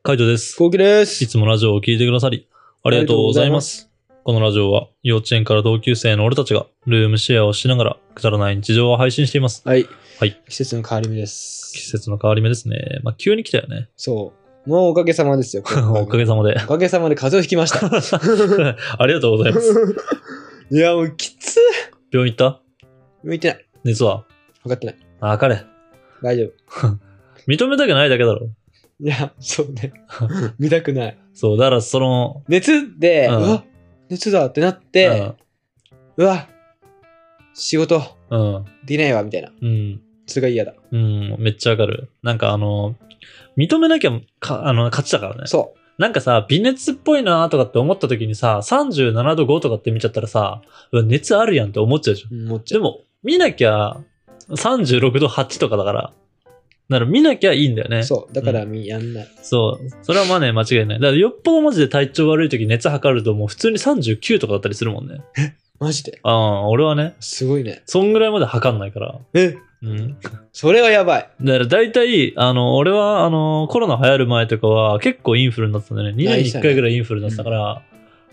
カイトです。 コウキです。 いつもラジオを聞いてくださり、ありがとうございます。このラジオは、幼稚園から同級生の俺たちが、ルームシェアをしながら、くだらない日常を配信しています。 はい。 はい。 季節の変わり目です。 季節の変わり目ですね。まあ、急に来たよね。 そう。もうおかげさまですよ。 おかげさまで。 おかげさまで風邪をひきました。 ありがとうございます。 いや、もうきつ病院行った向いてない。 熱は分かってない。 あかれ。 大丈夫。 認めたくないだけだろ。 いや、そうね。見たくない。 そう、だからその、 熱で、 うんうわ、熱だってなって、うわ、仕事できないわ、みたいな。それが嫌だ。 めっちゃわかる。なんか認めなきゃ勝ちだからね。 そう。 なんかさ、微熱っぽいなとかって思った時にさ、37度5とかって見ちゃったらさ、うわ熱あるやんって思っちゃうじゃん。 思っちゃう。 でも、見なきゃ36度8とかだから、見なきゃいいんだよね。 そう。だからやんない。 そう。それはまあね、間違いない。だからよっぽどマジで体調悪い時熱測るともう普通に39とかだったりするもんね。 マジで俺はね。 すごいね。 そんぐらいまで測んないから。 それはやばい。 だから大体、俺は、コロナ流行る前とかは結構インフルになってたんだね。2年に1回ぐらいインフルになってたから、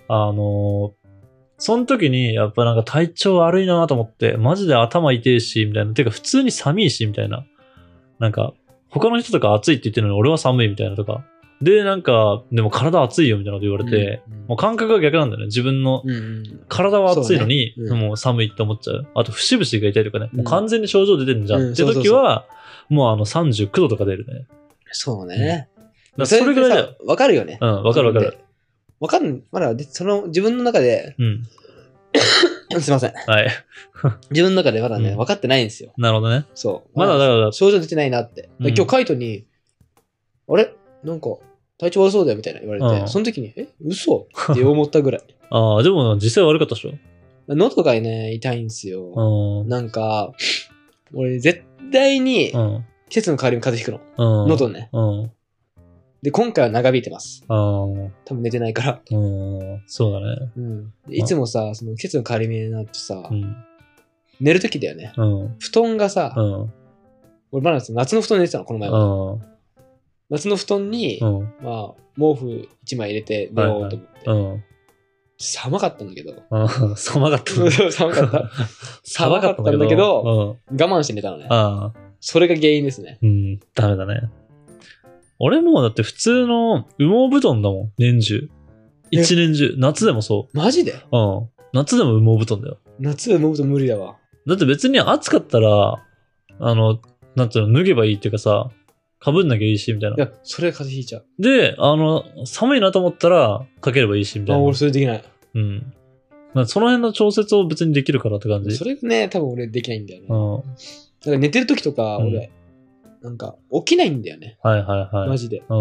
その時にやっぱなんか体調悪いなと思って、マジで頭痛いし、みたいな。てか普通に寒いし、みたいな。なんか、他の人とか暑いって言ってるのに俺は寒いみたいなとか。で、なんか、でも体暑いよみたいなこと言われて、もう感覚が逆なんだよね。自分の体は暑いのに、もう寒いって思っちゃう。あと、節々が痛いとかね。もう完全に症状出てるんじゃん。って時は、もう39度とか出るね。 そうね。 それぐらいだよ。 わかるよね。 わかるわかる。 まだ、その自分の中で、すいません。 はい。 自分の中でまだね、分かってないんですよ。 なるほどね。 そう。 まだだから。 症状出てないなって。今日カイトに、あれなんか、体調悪そうだよみたいな言われて、その時に、嘘って思ったぐらい。 でも実際悪かったでしょ？ 喉がね、痛いんですよ。なんか、俺絶対に、季節の変わりに風邪ひくの。喉ね。で、今回は長引いてます。多分寝てないから。 そうだね。 いつもさ、その季節の変わり目になってさ、寝る時だよね。布団がさ、俺まだ夏の布団寝てたの、この前は。夏の布団に、まあ、毛布1枚入れて寝ようと思って。寒かったんだけど。 寒かった寒かった。寒かったんだけど、我慢して寝たのね。それが原因ですね。 ダメだね。俺もだって普通の羽毛布団だもん、年中。一年中。夏でもそう。 マジで？ 夏でも羽毛布団だよ。 夏羽毛布団無理だわ。 だって別に暑かったら、なんていうの、脱げばいいっていうかさ、被んなきゃいいし、みたいな。 いや、それ風邪ひいちゃう。 で、寒いなと思ったら、かければいいし、みたいな。 俺それできない。 その辺の調節を別にできるからって感じ。 それね、多分俺できないんだよね。だから寝てる時とか、俺、なんか起きないんだよね。マジで。だ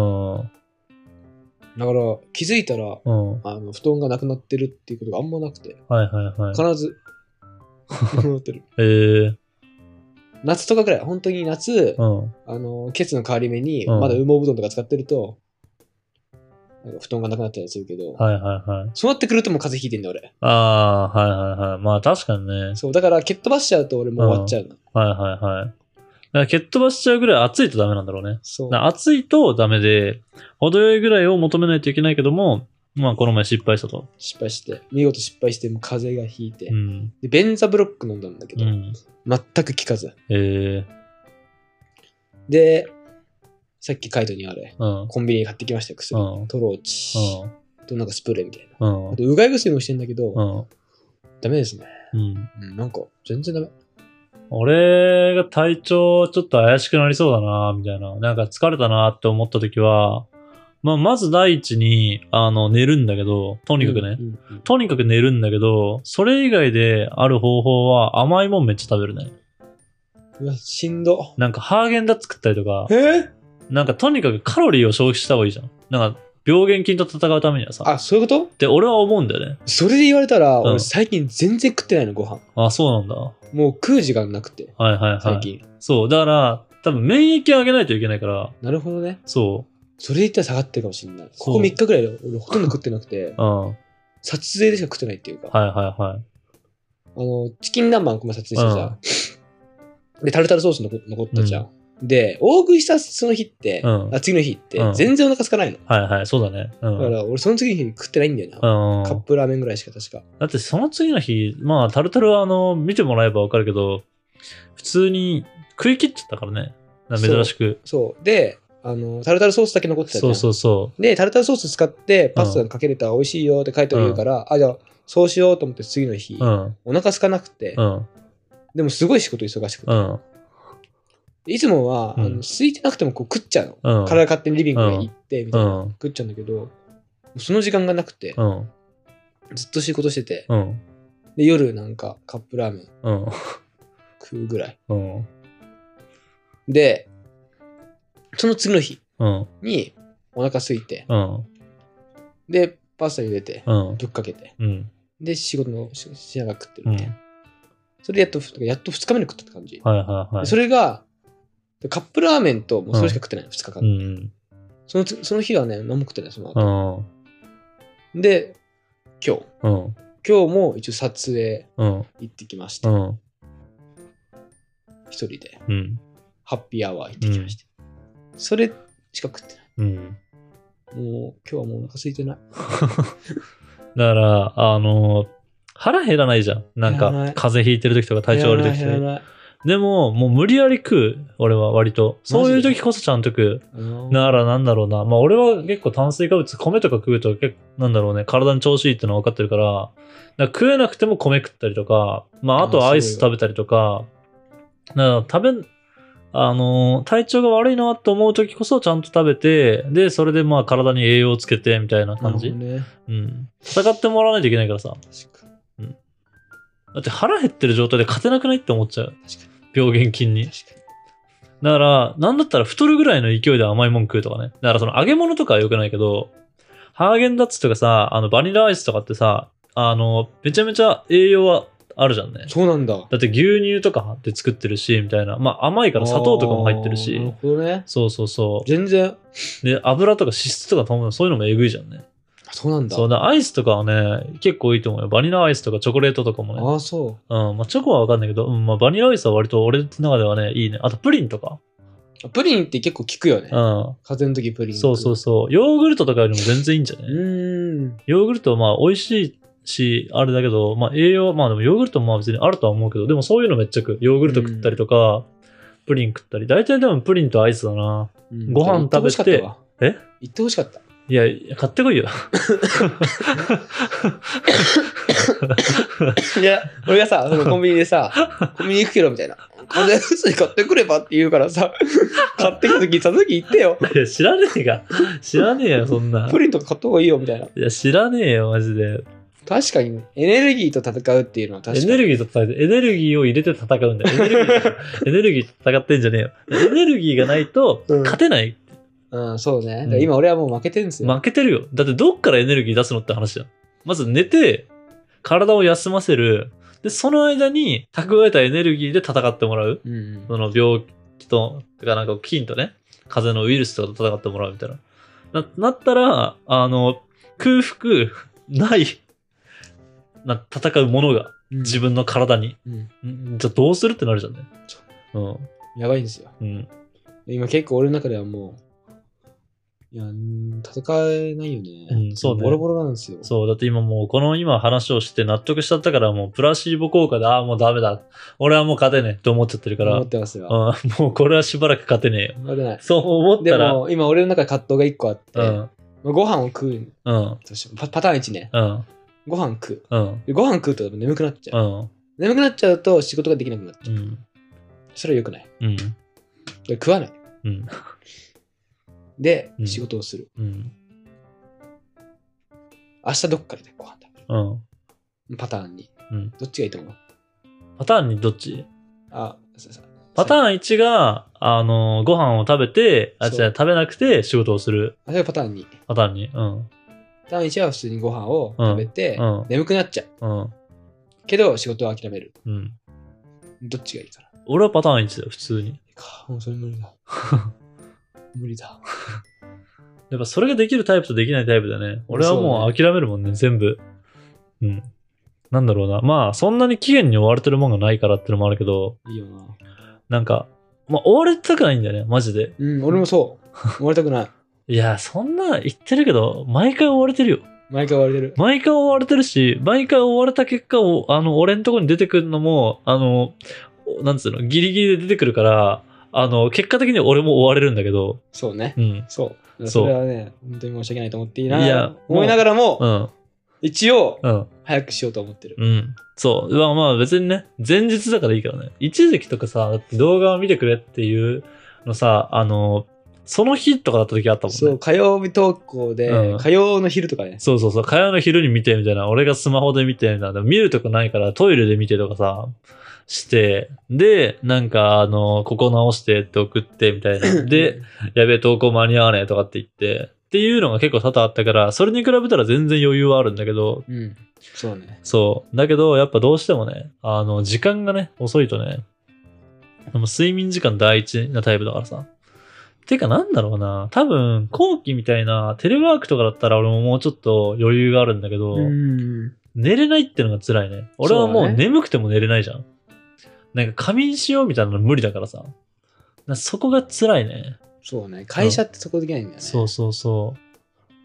から気づいたら、布団がなくなってるっていうことがあんまなくて。必ず、なくなってる。夏とかぐらい、本当に夏、ケツの変わり目に、まだ羽毛布団とか使ってると、なんか布団がなくなったりするけど、そうなってくるともう風邪ひいてんだ俺。 まあ確かにね。 そう、だから蹴っ飛ばしちゃうと俺もう終わっちゃうの。 だから蹴っ飛ばしちゃうぐらい暑いとダメなんだろうね。暑いとダメで、程よいぐらいを求めないといけないけども、まあこの前失敗したと。 失敗して、見事失敗して、もう風邪がひいて、で、ベンザブロック飲んだんだけど、全く効かず。で、さっきカイトにあれ、コンビニで買ってきましたよ、薬。トローチ。となんかスプレーみたいな。あと、うがい薬もしてんだけど、ダメですね。なんか、全然ダメ。 俺が体調ちょっと怪しくなりそうだなみたいな。なんか疲れたなって思った時は、まず第一に、寝るんだけど、とにかくね。とにかく寝るんだけど、それ以外である方法は甘いもんめっちゃ食べるね。 うわ、しんど。 なんかハーゲンダッツ食ったりとか、なんかとにかくカロリーを消費した方がいいじゃん。なんか、病原菌と戦うためにはさ。 そういうこと？ って俺は思うんだよね。 それで言われたら、俺最近全然食ってないの、ご飯。 そうなんだ。 もう食う時間なくて。最近。 そう、だから、多分免疫上げないといけないから。 なるほどね。 そう。 それで言ったら下がってるかもしれない。ここ3日ぐらいで俺ほとんど食ってなくて、撮影でしか食ってないっていうか。チキン南蛮この撮影してさ、で、タルタルソース残ったじゃん。 で、大食いしたその日って、次の日って、全然お腹空かないの。 はいはい、そうだね。 だから俺その次の日食ってないんだよな。カップラーメンぐらいしか確か。 だってその次の日、まあタルタルは見てもらえばわかるけど、普通に食い切っちゃったからね。珍しく。 そう。で、タルタルソースだけ残ってたじゃん。 そう。 で、タルタルソース使ってパスタにかけれたら美味しいよって書いてあるから、じゃあそうしようと思って次の日、お腹空かなくて、でもすごい仕事忙しくて。いつもは、空いてなくてもこう食っちゃうの。体勝手にリビングに行って、みたいな。食っちゃうんだけど、その時間がなくて、ずっと仕事してて、で、夜なんかカップラーメン食うぐらい。で、その次の日にお腹空いて、で、パスタ茹でて、ぶっかけて、で、仕事のしながら食ってるみたいな。それでやっと2日目に食ったって感じ。それが、カップラーメンともうそれしか食ってない、2日間。その日はね、何も食ってない、その後。で、今日も一応撮影行ってきました。一人で、ハッピーアワー行ってきました。それしか食ってない。もう今日はもうお腹空いてない。 だから、腹減らないじゃん。なんか、風邪ひいてる時とか体調悪い時とか。でも、もう無理やり食う。俺は割と。そういう時こそちゃんと食う。だからなんだろうな。まあ俺は結構炭水化物、米とか食うと結構、なんだろうね、体に調子いいってのは分かってるから、食えなくても米食ったりとか、まああとアイス食べたりとか、だから体調が悪いなと思う時こそちゃんと食べて、で、それでまあ体に栄養をつけてみたいな感じ。戦ってもらわないといけないからさ。だって腹減ってる状態で勝てなくないって思っちゃう。病原菌に。だから、なんだったら太るぐらいの勢いで甘いもん食うとかね。だからその揚げ物とかは良くないけど、ハーゲンダッツとかさ、バニラアイスとかってさ、めちゃめちゃ栄養はあるじゃんね。 そうなんだ。 だって牛乳とかで作ってるし、みたいな。まあ甘いから砂糖とかも入ってるし。 なるほどね。 そう。 全然。 で、油とか脂質とかそういうのもえぐいじゃんね。 そうなんだ。 そうだ、アイスとかはね、結構いいと思うよ。バニラアイスとかチョコレートとかもね。 ああ、そう。 まあチョコはわかんないけど、まあバニラアイスは割と俺の中ではね、いいね。あとプリンとか。 プリンって結構効くよね。風邪の時プリン。 そう。ヨーグルトとかよりも全然いいんじゃね。ヨーグルトはまあ美味しいし、あれだけど、まあ栄養、まあでもヨーグルトもまあ別にあるとは思うけど、でもそういうのめっちゃ食う。ヨーグルト食ったりとか、プリン食ったり。大体でもプリンとアイスだな。ご飯食べて。 行ってほしかった。 いや、買ってこいよ。 いや、俺がさ、コンビニでさ、コンビニ行くけどみたいな。風邪薬買ってくればって言うからさ、買ってきた時、言ってよ。 いや、知らねえよ、そんな。 プリンとか買った方がいいよみたいな。 いや、知らねえよ、マジで。 確かにね、エネルギーと戦うっていうのは確かに。 エネルギーを入れて戦うんだよ。エネルギーと戦ってんじゃねえよ。エネルギーがないと勝てない。 そうね。今俺はもう負けてるんですよ。 負けてるよ。だってどっからエネルギー出すのって話じゃん。まず寝て、体を休ませる。で、その間に蓄えたエネルギーで戦ってもらう。その病気と、なんか菌とね、風邪のウイルスとかと戦ってもらうみたいな。なったら、空腹ない戦うものが自分の体に。じゃあどうするってなるじゃんね。 やばいんですよ。今結構俺の中ではもう、いや、戦えないよね。そうね。ボロボロなんですよ。そう、だって今話をして納得しちゃったから、もうプラシーボ効果で、もうダメだ。俺はもう勝てねえって思っちゃってるから。思ってますよ。もうこれはしばらく勝てねえよ。勝てない。そう思ったら。でも今俺の中で葛藤が一個あって、ご飯を食う。パターン1ね。ご飯食う。ご飯食うと眠くなっちゃう。眠くなっちゃうと仕事ができなくなっちゃう。それは良くない。食わない。で、仕事をする。明日どっかでご飯食べる。パターン2。どっちがいいと思う？パターン2どっち？パターン1が、ご飯を食べて、食べなくて仕事をする。それがパターン2。パターン2。パターン1は普通にご飯を食べて、眠くなっちゃう。けど仕事を諦める。どっちがいいかな？俺はパターン1だよ、普通に。もうそれ無理だ。無理だ。やっぱそれができるタイプとできないタイプだね。俺はもう諦めるもんね、全部。なんだろうな。まあ、そんなに期限に追われてるもんがないからってのもあるけど、いいよな。なんか、 まあ、追われたくないんだよね、マジで。 うん、俺もそう。追われたくない。 いや、そんな言ってるけど、毎回追われてるよ。 毎回追われてる。 毎回追われてるし、毎回追われた結果を、俺んとこに出てくるのも、なんつうの、ギリギリで出てくるから、結果的に俺も追われるんだけど。 そうね。 うん。 そう。それはね、本当に申し訳ないと思っていいな。いや、思いながらも、 うん。 一応、早くしようと思ってる。 うん。そう。まあ別にね、前日だからいいからね。一時期とかさ、だって動画を見てくれっていうのさ、その日とかだった時あったもんね。 そう、火曜日投稿で、火曜の昼とかね。 そうそうそう、火曜の昼に見てみたいな、俺がスマホで見てみたいな、見るとこないからトイレで見てとかさ、して、で、なんかここ直してって送ってみたいな。で、やべえ投稿間に合わねえとかって言って、っていうのが結構多々あったから、それに比べたら全然余裕はあるんだけど、 うん。そうね。 そう。だけど、やっぱどうしてもね、時間がね、遅いとね、でも睡眠時間第一なタイプだからさ。てかなんだろうな。多分、後期みたいなテレワークとかだったら俺ももうちょっと余裕があるんだけど、寝れないってのが辛いね。俺はもう眠くても寝れないじゃん。なんか仮眠しようみたいなの無理だからさ。そこが辛いね。 そうね。会社ってそこできないんだよね。 そうそうそう。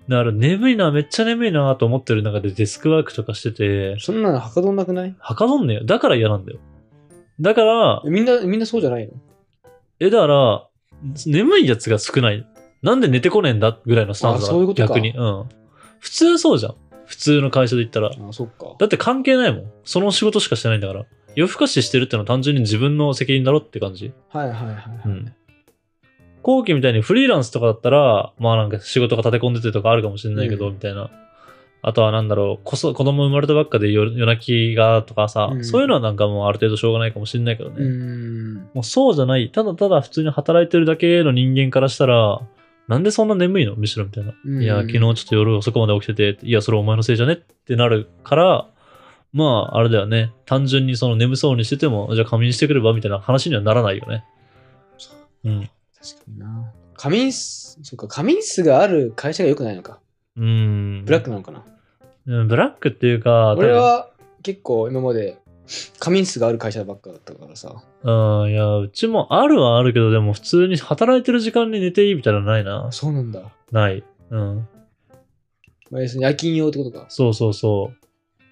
だから眠いな、めっちゃ眠いなと思ってる中でデスクワークとかしてて。 そんなのはかどんなくない？ はかどんねえよ。だから嫌なんだよ。だから、 みんなそうじゃないの？ だから、眠いやつが少ない。なんで寝てこねえんだぐらいのスタンスだ。 そういうことか。 逆に。うん。普通そうじゃん。普通の会社で言ったら。 そっか。 だって関係ないもん。その仕事しかしてないんだから。夜更かししてるってのは単純に自分の責任だろって感じ。 はいはいはい、はい。うん。 後期みたいにフリーランスとかだったら、まあなんか仕事が立て込んでてとかあるかもしれないけど、みたいな。あとはなんだろう、子供生まれたばっかで夜泣きがとかさ、そういうのはなんかもうある程度しょうがないかもしれないけどね。もうそうじゃない。ただただ普通に働いてるだけの人間からしたら、なんでそんな眠いのむしろみたいな。いや、昨日ちょっと夜遅くまで起きてて、いや、それお前のせいじゃねってなるから、まあ、あれだよね。単純にその眠そうにしてても、じゃあ仮眠してくればみたいな話にはならないよね。うん。 確かにな。仮眠室がある会社が良くないのか。ブラックなのかな。 ブラックっていうか、 俺は結構今まで仮眠室がある会社ばっかだったからさ。 いや、うちもあるはあるけど、でも普通に働いてる時間に寝ていいみたいなのないな。 そうなんだ。 ない。うん。 まあ、要するに夜勤用ってことか。 そうそうそう。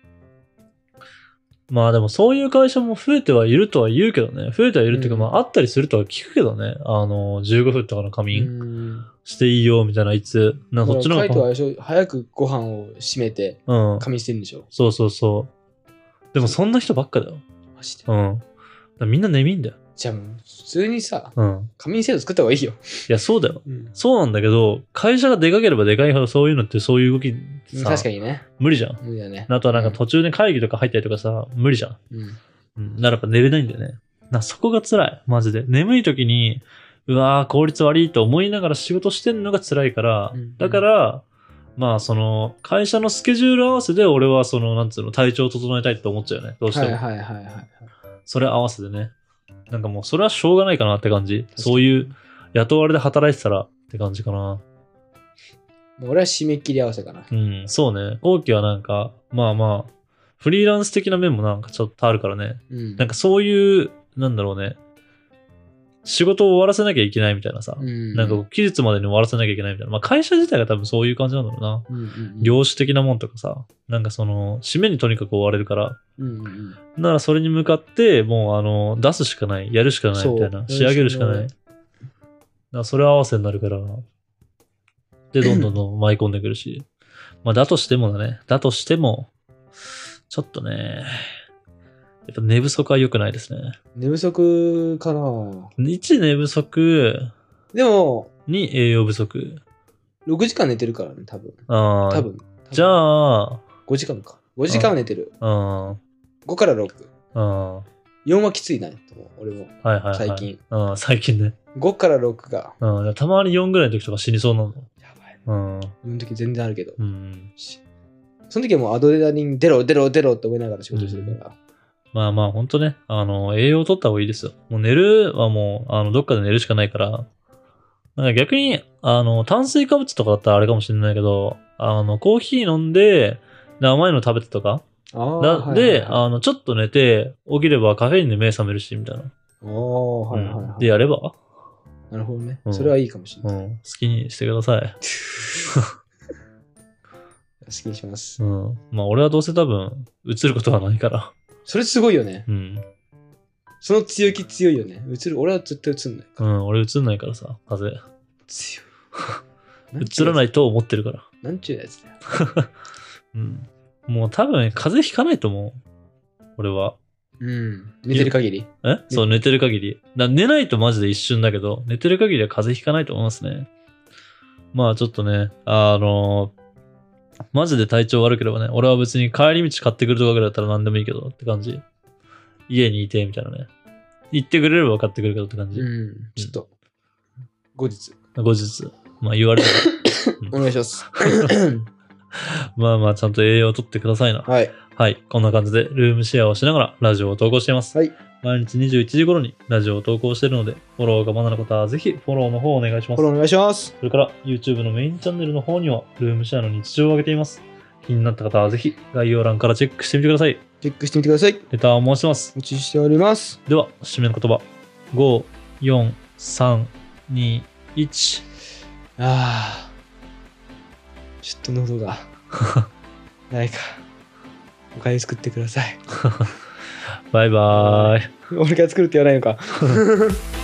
まあでもそういう会社も増えてはいるとは言うけどね。増えてはいるっていうか、まああったりするとは聞くけどね。15分とかの仮眠していいよみたいな、いつ。そっちの方が。カイトは早くご飯を閉めて仮眠してるんでしょ。 そうそうそう。でもそんな人ばっかだよ。 マジで。 うん。みんな眠いんだよ。 じゃあもう普通にさ、仮眠制度作った方がいいよ。 いや、そうだよ。そうなんだけど、会社がでかければでかいほどそういうのってそういう動きさ、 確かにね。 無理じゃん。 無理だね。 あとはなんか途中で会議とか入ったりとかさ、無理じゃん。ならやっぱ寝れないんだよね。そこが辛い。マジで。眠い時に、うわー効率悪いと思いながら仕事してんのが辛いから、だから、まあその、会社のスケジュール合わせで俺はその、なんつうの、体調を整えたいって思っちゃうよね。どうしても。はいはいはいはい。それ合わせてね。なんかもうそれはしょうがないかなって感じ。そういう雇われで働いてたらって感じかな。 俺は締め切り合わせかな。 うん、そうね。後期はなんか、まあまあ、フリーランス的な面もなんかちょっとあるからね。なんかそういう、なんだろうね。仕事を終わらせなきゃいけないみたいなさ。なんか期日までに終わらせなきゃいけないみたいな。まあ会社自体が多分そういう感じなんだろうな。業種的なもんとかさ。なんかその、締めにとにかく追われるから。ならそれに向かって、もう出すしかない。やるしかないみたいな。仕上げるしかない。だからそれ合わせになるから。で、どんどん舞い込んでくるし。まあだとしてもだね。だとしても、ちょっとね、やっぱ寝不足は良くないですね。 寝不足かな。 1寝不足。 でも、 2栄養不足。 6時間寝てるからね、多分。多分。 じゃあ、 5時間か。5時間は寝てる。5から6。4はきついな、俺も。はいはい、はい。最近。 最近ね。 5から6が。 たまに4ぐらいの時とか死にそうなの。 やばい。4の時全然あるけど。その時はもうアドレナリン出ろって思いながら仕事してるから。 まあまあ、ほんとね、栄養を取った方がいいですよ。もう寝るはもう、どっかで寝るしかないから。なんか逆に、炭水化物とかだったらあれかもしれないけど、コーヒー飲んで、甘いの食べてとか。で、ちょっと寝て、起きればカフェインで目覚めるし、みたいな。 おー、はいはいはい。 でやれば？ なるほどね。それはいいかもしれない。 好きにしてください。 好きにします。 まあ俺はどうせ多分、映ることはないから。 それすごいよね。その強気強いよね。俺は絶対映んない。 俺映んないからさ、風邪。 強い。映らないと思ってるから。 なんちゅうやつだよ。 もう多分、風邪ひかないと思う。俺は。 寝てる限り？ そう、寝てる限り。寝ないとマジで一瞬だけど、寝てる限りは風邪ひかないと思いますね。まあちょっとね、マジで体調悪ければね、俺は別に帰り道買ってくるとかぐらいだったら何でもいいけどって感じ。家にいて、みたいなね。言ってくれれば買ってくるけどって感じ。 ちょっと、後日。 まあ言われたら。お願いします。 まあまあ、ちゃんと栄養をとってくださいな。 はい。 はい。こんな感じで、ルームシェアをしながらラジオを投稿しています。 はい。 毎日21時頃にラジオを投稿しているので、フォローがまだの方はぜひフォローの方をお願いします。 フォローお願いします。 それから、YouTube のメインチャンネルの方には、ルームシェアの日常を上げています。気になった方はぜひ概要欄からチェックしてみてください。 チェックしてみてください。 レターを申します。 お待ちしております。 では、締めの言葉。5、4、3、2、1。 ちょっと喉が。誰か、おかゆ作ってください。 バイバーイ。 俺が作るって言わないのか。